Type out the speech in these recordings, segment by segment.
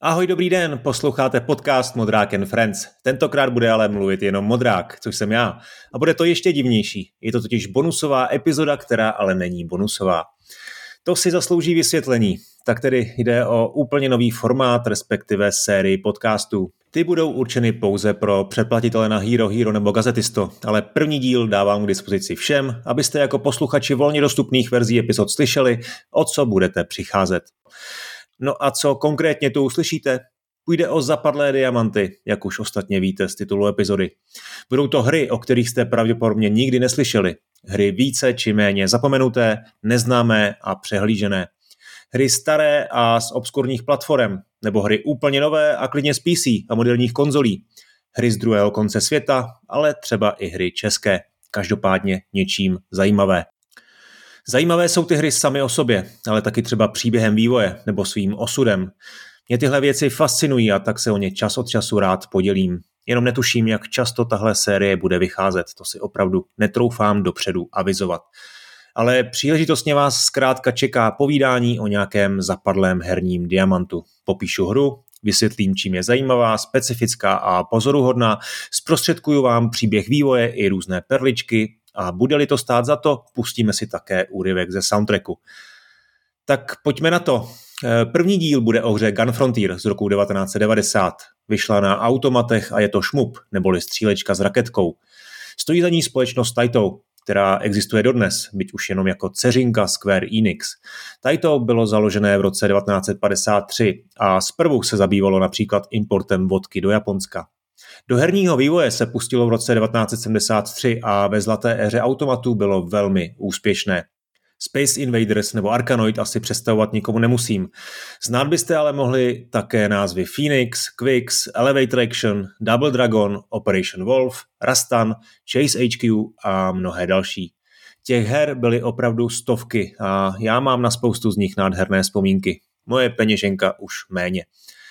Ahoj, dobrý den, posloucháte podcast Modrák and Friends. Tentokrát bude ale mluvit jenom Modrák, což jsem já. A bude to ještě divnější. Je to totiž bonusová epizoda, která ale není bonusová. To si zaslouží vysvětlení. Tak tedy jde o úplně nový formát, respektive sérii podcastů. Ty budou určeny pouze pro předplatitele na Hero nebo Gazetisto, ale první díl dávám k dispozici všem, abyste jako posluchači volně dostupných verzí epizod slyšeli, o co budete přicházet. No a co konkrétně tu uslyšíte? Půjde o zapadlé diamanty, jak už ostatně víte z titulu epizody. Budou to hry, o kterých jste pravděpodobně nikdy neslyšeli. Hry více či méně zapomenuté, neznámé a přehlížené. Hry staré a z obskurních platform, nebo hry úplně nové a klidně z PC a moderních konzolí. Hry z druhého konce světa, ale třeba i hry české. Každopádně něčím zajímavé. Zajímavé jsou ty hry samy o sobě, ale taky třeba příběhem vývoje nebo svým osudem. Mě tyhle věci fascinují a tak se o ně čas od času rád podělím. Jenom netuším, jak často tahle série bude vycházet, to si opravdu netroufám dopředu avizovat. Ale příležitostně vás zkrátka čeká povídání o nějakém zapadlém herním diamantu. Popíšu hru, vysvětlím, čím je zajímavá, specifická a pozoruhodná, zprostředkuju vám příběh vývoje i různé perličky a bude-li to stát za to, pustíme si také úryvek ze soundtracku. Tak pojďme na to. První díl bude o hře Gun Frontier z roku 1990. Vyšla na automatech a je to šmup, neboli střílečka s raketkou. Stojí za ní společnost Taito, která existuje dodnes, byť už jenom jako dceřinka Square Enix. Taito bylo založené v roce 1953 a zprvu se zabývalo například importem vodky do Japonska. Do herního vývoje se pustilo v roce 1973 a ve zlaté éře automatů bylo velmi úspěšné. Space Invaders nebo Arkanoid asi představovat nikomu nemusím. Znát byste ale mohli také názvy Phoenix, Quix, Elevator Action, Double Dragon, Operation Wolf, Rastan, Chase HQ a mnohé další. Těch her byly opravdu stovky a já mám na spoustu z nich nádherné vzpomínky. Moje peněženka už méně.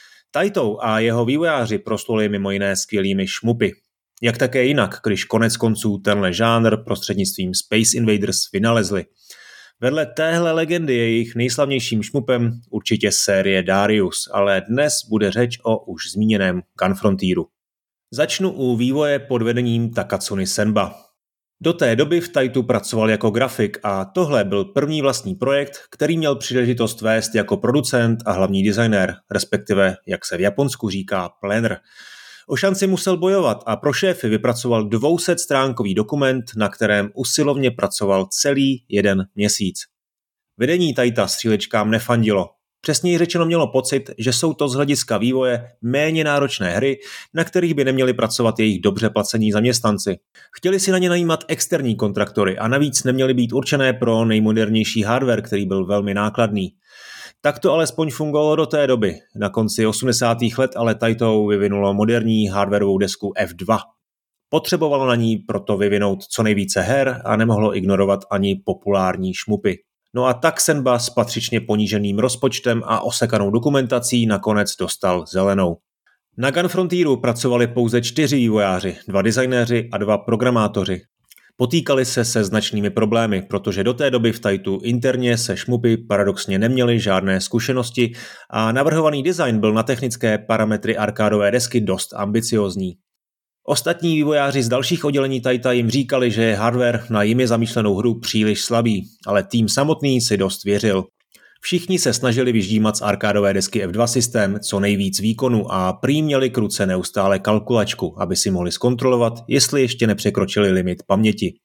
Taito a jeho vývojáři prosluli mimo jiné skvělými šmupy. Jak také jinak, když konec konců tenhle žánr prostřednictvím Space Invaders vynalezli. Vedle téhle legendy je jejich nejslavnějším šmupem určitě série Darius, ale dnes bude řeč o už zmíněném Gun Frontieru. Začnu u vývoje pod vedením Takatsuni Senba. Do té doby v Taitu pracoval jako grafik a tohle byl první vlastní projekt, který měl příležitost vést jako producent a hlavní designér, respektive, jak se v Japonsku říká, planner. O šanci musel bojovat a pro šéfy vypracoval 200stránkový dokument, na kterém usilovně pracoval celý 1 měsíc. Vedení Taita střílečkám nefandilo. Přesněji řečeno mělo pocit, že jsou to z hlediska vývoje méně náročné hry, na kterých by neměli pracovat jejich dobře placení zaměstnanci. Chtěli si na ně najímat externí kontraktory a navíc neměly být určené pro nejmodernější hardware, který byl velmi nákladný. Tak to alespoň fungovalo do té doby. Na konci 80. let ale Taito vyvinulo moderní hardwarovou desku F2. Potřebovalo na ní proto vyvinout co nejvíce her a nemohlo ignorovat ani populární šmupy. No a tak Senba s patřičně poníženým rozpočtem a osekanou dokumentací nakonec dostal zelenou. Na Gun Frontieru pracovali pouze 4 vývojáři, 2 designéři a 2 programátoři. Potýkali se značnými problémy, protože do té doby v Taitu interně se šmupy paradoxně neměly žádné zkušenosti a navrhovaný design byl na technické parametry arkádové desky dost ambiciózní. Ostatní vývojáři z dalších oddělení Taita jim říkali, že je hardware na jimi zamýšlenou hru příliš slabý, ale tým samotný si dost věřil. Všichni se snažili vyždímat z arkádové desky F2 systém co nejvíc výkonu a prý měli k ruce neustále kalkulačku, aby si mohli zkontrolovat, jestli ještě nepřekročili limit paměti.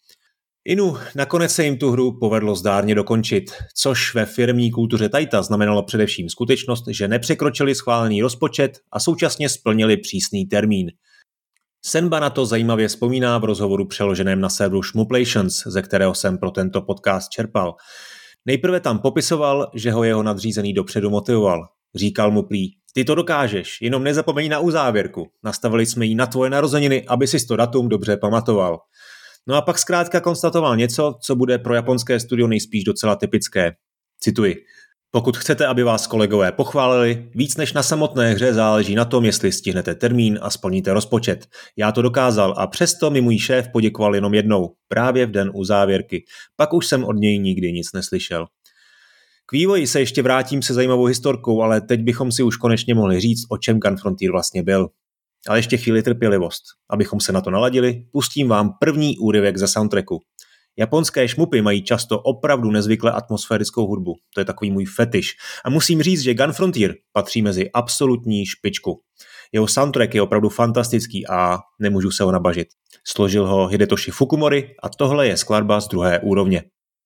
Nakonec se jim tu hru povedlo zdárně dokončit, což ve firmní kultuře Taita znamenalo především skutečnost, že nepřekročili schválený rozpočet a současně splnili přísný termín. Senba na to zajímavě vzpomíná v rozhovoru přeloženém na serveru Shmuplations, ze kterého jsem pro tento podcast čerpal. Nejprve tam popisoval, že ho jeho nadřízený dopředu motivoval. Říkal mu prý, ty to dokážeš, jenom nezapomeň na uzávěrku. Nastavili jsme ji na tvoje narozeniny, aby si to datum dobře pamatoval. No a pak zkrátka konstatoval něco, co bude pro japonské studio nejspíš docela typické. Cituji. Pokud chcete, aby vás kolegové pochválili, víc než na samotné hře záleží na tom, jestli stihnete termín a splníte rozpočet. Já to dokázal a přesto mi můj šéf poděkoval jenom jednou, právě v den uzávěrky. Pak už jsem od něj nikdy nic neslyšel. K vývoji se ještě vrátím se zajímavou historkou, ale teď bychom si už konečně mohli říct, o čem Gun Frontier vlastně byl. Ale ještě chvíli trpělivost. Abychom se na to naladili, pustím vám první úryvek ze soundtracku. Japonské šmupy mají často opravdu nezvykle atmosférickou hudbu. To je takový můj fetiš. A musím říct, že Gun Frontier patří mezi absolutní špičku. Jeho soundtrack je opravdu fantastický a nemůžu se ho nabažit. Složil ho Hidetoshi Fukumori a tohle je skladba z 2. úrovně.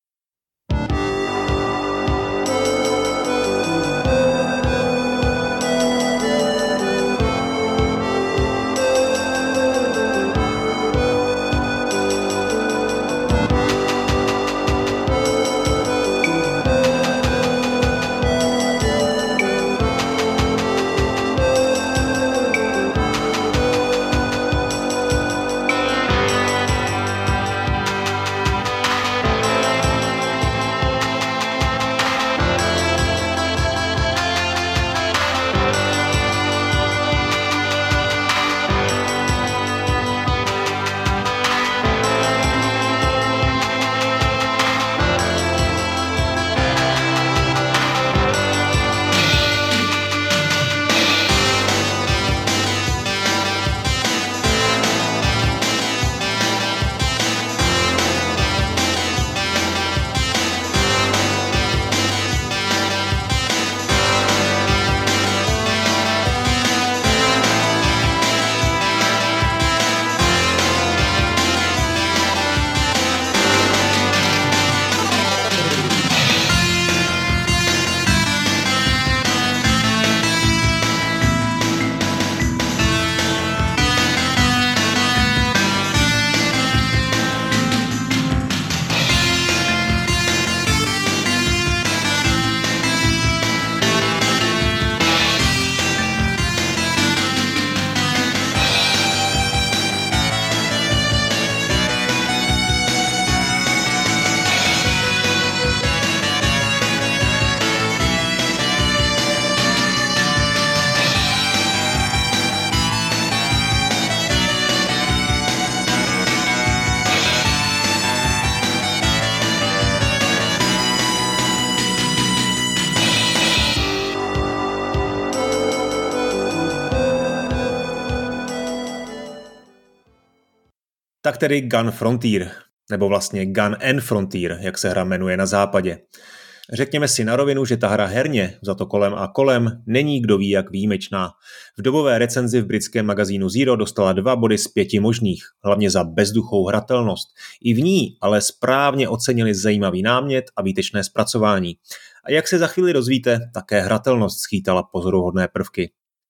Tak tedy Gun Frontier, nebo vlastně Gun and Frontier, jak se hra jmenuje na západě. Řekněme si na rovinu, že ta hra herně, za to kolem a kolem, není kdo ví jak výjimečná. V dobové recenzi v britském magazínu Zero dostala 2 body z 5 možných, hlavně za bezduchou hratelnost. I v ní ale správně ocenili zajímavý námět a výtečné zpracování. A jak se za chvíli dozvíte, také hratelnost skýtala pozoruhodné prvky.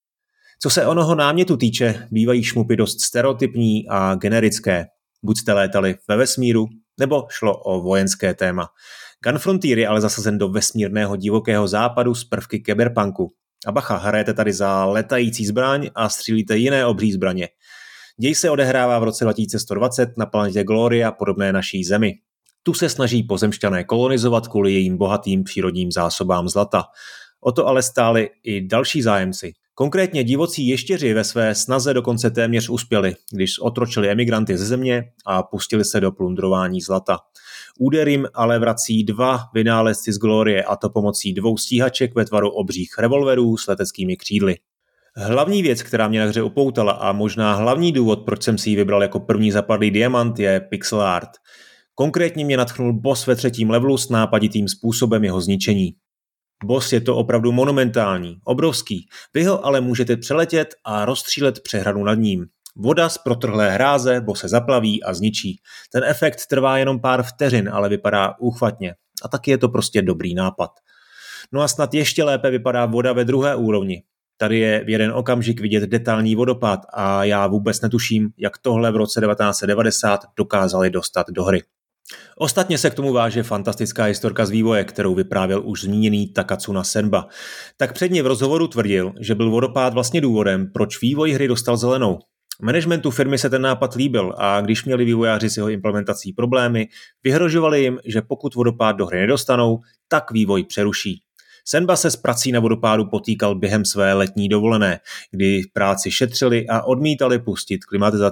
Co se onoho námětu týče, bývají šmupy dost stereotypní a generické. Buď jste létali ve vesmíru, nebo šlo o vojenské téma. Gun Frontier je ale zasazen do vesmírného divokého západu s prvky cyberpunku. A bacha, hrajete tady za letající zbraň a střílíte jiné obří zbraně. Děj se odehrává v roce 2120 na planetě Gloria, podobné naší Zemi. Tu se snaží pozemšťané kolonizovat kvůli jejím bohatým přírodním zásobám zlata. O to ale stáli i další zájemci. Konkrétně divocí ještěři ve své snaze dokonce téměř uspěli, když otročili emigranty ze země a pustili se do plundrování zlata. Úder jim ale vrací 2 vynálezci z Glorie, a to pomocí 2 stíhaček ve tvaru obřích revolverů s leteckými křídly. Hlavní věc, která mě na hře upoutala a možná hlavní důvod, proč jsem si ji vybral jako první zapadlý diamant, je pixel art. Konkrétně mě nadchnul boss ve 3. levelu s nápaditým způsobem jeho zničení. Boss je to opravdu monumentální, obrovský. Vy ho ale můžete přeletět a rozstřílet přehradu nad ním. Voda z protrhlé hráze bose zaplaví a zničí. Ten efekt trvá jenom pár vteřin, ale vypadá úchvatně. A taky je to prostě dobrý nápad. No a snad ještě lépe vypadá voda ve 2. úrovni. Tady je v jeden okamžik vidět detailní vodopád a já vůbec netuším, jak tohle v roce 1990 dokázali dostat do hry. Ostatně se k tomu váže fantastická historka z vývoje, kterou vyprávěl už zmíněný Takatsuna Senba. Tak předně v rozhovoru tvrdil, že byl vodopád vlastně důvodem, proč vývoj hry dostal zelenou. Managementu firmy se ten nápad líbil a když měli vývojáři s jeho implementací problémy, vyhrožovali jim, že pokud vodopád do hry nedostanou, tak vývoj přeruší. Senba se s prací na vodopádu potýkal během své letní dovolené, kdy práci šetřili a odmítali pustit klimatizaci.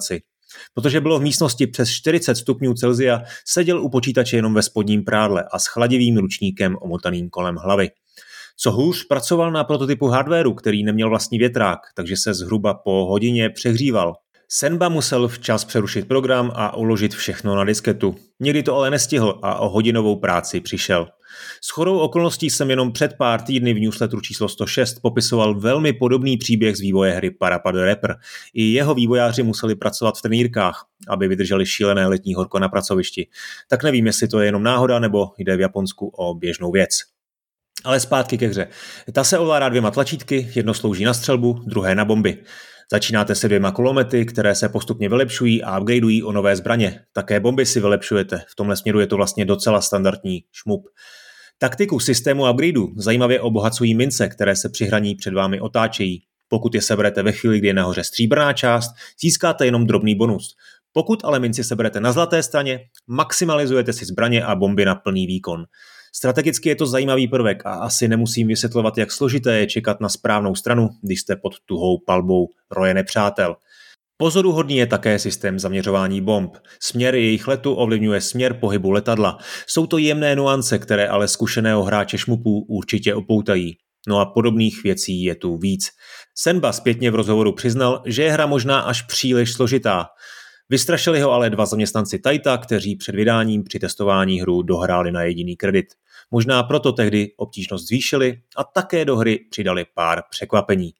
Protože bylo v místnosti přes 40 stupňů Celsia, seděl u počítače jenom ve spodním prádle a s chladivým ručníkem omotaným kolem hlavy. Co hůř, pracoval na prototypu hardwaru, který neměl vlastní větrák, takže se zhruba po hodině přehříval. Senba musel včas přerušit program a uložit všechno na disketu. Někdy to ale nestihl a o hodinovou práci přišel. Shodou okolností jsem jenom před pár týdny v newsletteru číslo 106 popisoval velmi podobný příběh z vývoje hry Parappa the Rapper. I jeho vývojáři museli pracovat v trenýrkách, aby vydrželi šílené letní horko na pracovišti. Tak nevím, jestli to je jenom náhoda, nebo jde v Japonsku o běžnou věc. Ale zpátky ke hře. Ta se ovládá 2 tlačítky, jedno slouží na střelbu, druhé na bomby. Začínáte se 2 kulomety, které se postupně vylepšují a upgradeují o nové zbraně. Také bomby si vylepšujete, v tomhle směru je to vlastně docela standardní šmup. Taktiku systému upgradeu zajímavě obohacují mince, které se při hraní před vámi otáčejí. Pokud je seberete ve chvíli, kdy je nahoře stříbrná část, získáte jenom drobný bonus. Pokud ale minci seberete na zlaté straně, maximalizujete si zbraně a bomby na plný výkon. Strategicky je to zajímavý prvek a asi nemusím vysvětlovat, jak složité je čekat na správnou stranu, když jste pod tuhou palbou roje nepřátel. Pozoruhodný je také systém zaměřování bomb. Směr jejich letu ovlivňuje směr pohybu letadla. Jsou to jemné nuance, které ale zkušeného hráče šmupů určitě opoutají. No a podobných věcí je tu víc. Senba zpětně v rozhovoru přiznal, že je hra možná až příliš složitá. Vystrašili ho ale 2 zaměstnanci Taita, kteří před vydáním při testování hru dohráli na jediný kredit. Možná proto tehdy obtížnost zvýšili a také do hry přidali pár překvapení.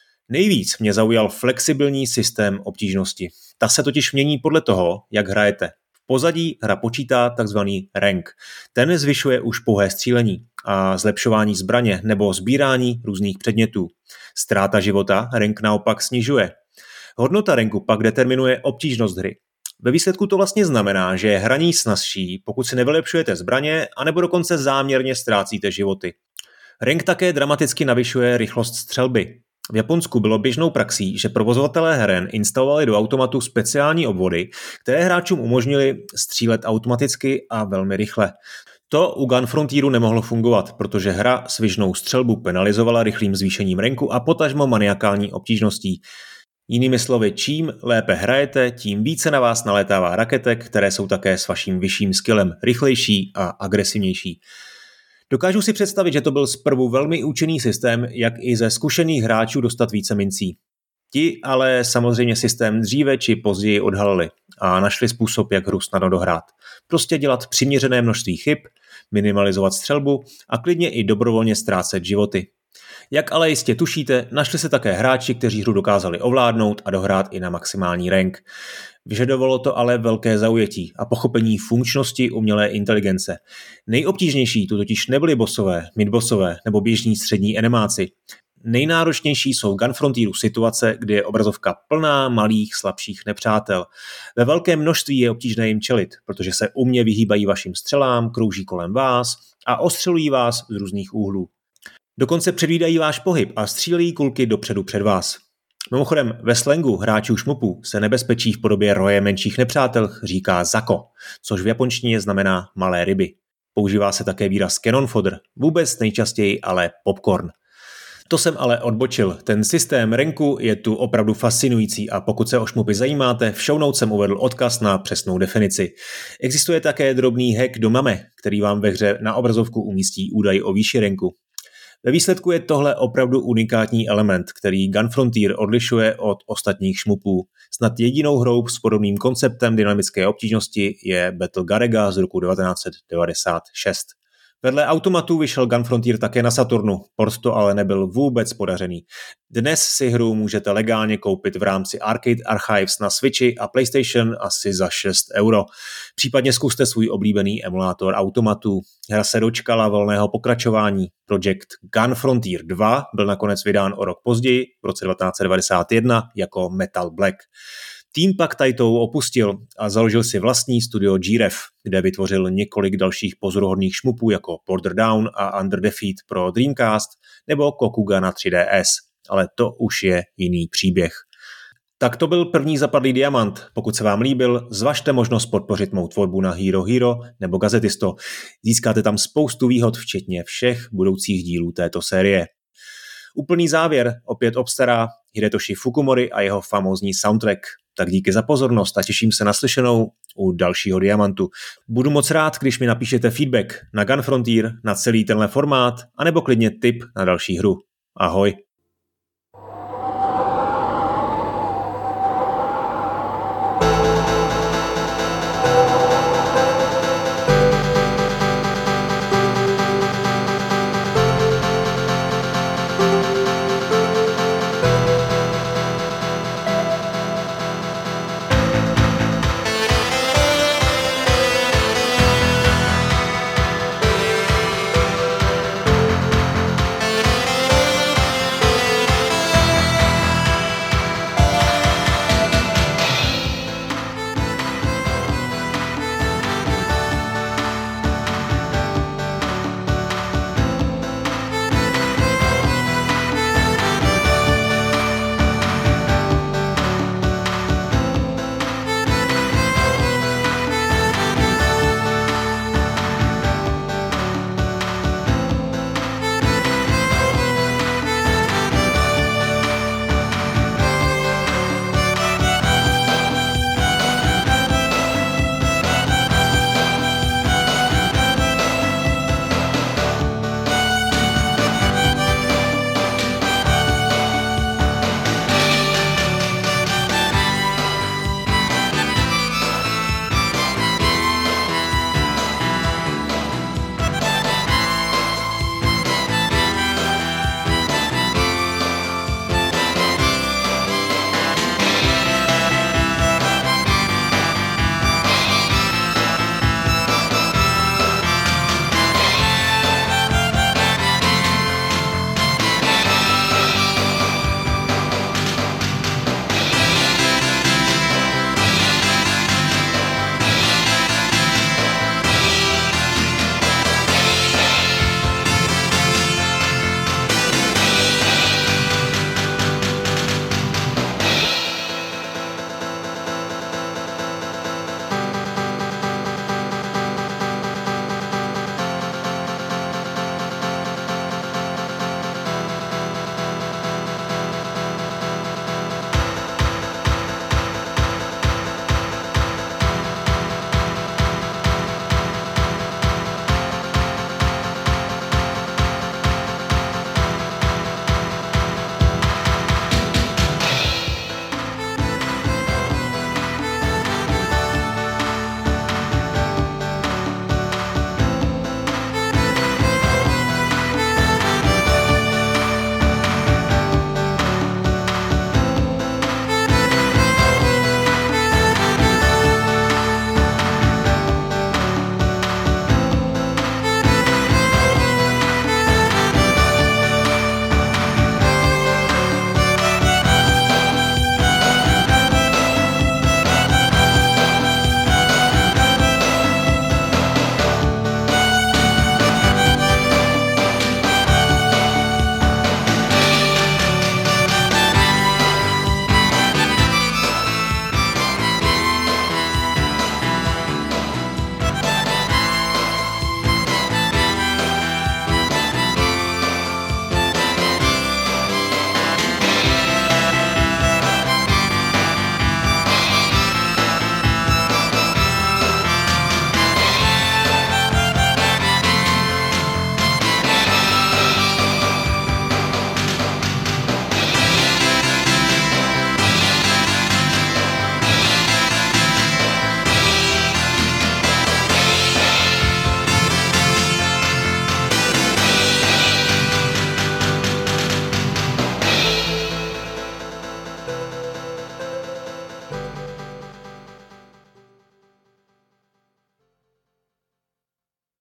Nejvíc mě zaujal flexibilní systém obtížnosti. Ta se totiž mění podle toho, jak hrajete. V pozadí hra počítá takzvaný rank. Ten zvyšuje už pouhé střílení a zlepšování zbraně nebo sbírání různých předmětů. Ztráta života rank naopak snižuje. Hodnota ranku pak determinuje obtížnost hry. Ve výsledku to vlastně znamená, že je hraní snazší, pokud si nevylepšujete zbraně, anebo dokonce záměrně ztrácíte životy. Rank také dramaticky navyšuje rychlost střelby. V Japonsku bylo běžnou praxí, že provozovatelé heren instalovali do automatu speciální obvody, které hráčům umožnily střílet automaticky a velmi rychle. To u Gun Frontieru nemohlo fungovat, protože hra svižnou střelbu penalizovala rychlým zvýšením ranku a potažmo maniakální obtížností. Jinými slovy, čím lépe hrajete, tím více na vás nalétává raketek, které jsou také s vaším vyšším skillem rychlejší a agresivnější. Dokážu si představit, že to byl zprvu velmi účinný systém, jak i ze zkušených hráčů dostat více mincí. Ti ale samozřejmě systém dříve či později odhalili a našli způsob, jak hru snadno dohrát. Prostě dělat přiměřené množství chyb, minimalizovat střelbu a klidně i dobrovolně ztrácet životy. Jak ale jistě tušíte, našli se také hráči, kteří hru dokázali ovládnout a dohrát i na maximální rank. Vyžadovalo to ale velké zaujetí a pochopení funkčnosti umělé inteligence. Nejobtížnější tu totiž nebyli bossové, midbossové nebo běžní střední enemáci. Nejnáročnější jsou Gun Frontieru situace, kdy je obrazovka plná malých, slabších nepřátel. Ve velkém množství je obtížné jim čelit, protože se umně vyhýbají vašim střelám, krouží kolem vás a ostřelují vás z různých úhlů. Dokonce předvídají váš pohyb a střílejí kulky dopředu před vás. Mimochodem, ve slangu hráčů šmupů se nebezpečí v podobě roje menších nepřátel říká zako, což v japonštině znamená malé ryby. Používá se také výraz cannon fodder, vůbec nejčastěji ale popcorn. To jsem ale odbočil. Ten systém ranku je tu opravdu fascinující a pokud se o šmupy zajímáte, v show notes jsem uvedl odkaz na přesnou definici. Existuje také drobný hack do Mame, který vám ve hře na obrazovku umístí údaj o výši ranku. Ve výsledku je tohle opravdu unikátní element, který Gun Frontier odlišuje od ostatních šmupů. Snad jedinou hrou s podobným konceptem dynamické obtížnosti je Battle Garegga z roku 1996. Vedle automatů vyšel Gun Frontier také na Saturnu, port to ale nebyl vůbec podařený. Dnes si hru můžete legálně koupit v rámci Arcade Archives na Switchi a PlayStation asi za 6 €. Případně zkuste svůj oblíbený emulátor automatů. Hra se dočkala volného pokračování. Projekt Gun Frontier 2 byl nakonec vydán o rok později, v roce 1991, jako Metal Black. Tým pak Taitou opustil a založil si vlastní studio G-Rev, kde vytvořil několik dalších pozoruhodných šmupů jako Border Down a Under Defeat pro Dreamcast nebo Kokuga na 3DS, ale to už je jiný příběh. Tak to byl první zapadlý diamant. Pokud se vám líbil, zvažte možnost podpořit mou tvorbu na Hero Hero nebo Gazetisto. Získáte tam spoustu výhod, včetně všech budoucích dílů této série. Úplný závěr opět obstará Hidetoshi Fukumori a jeho famózní soundtrack. Tak díky za pozornost a těším se na slyšenou u dalšího Diamantu. Budu moc rád, když mi napíšete feedback na Gun Frontier, na celý tenhle formát, anebo klidně tip na další hru. Ahoj.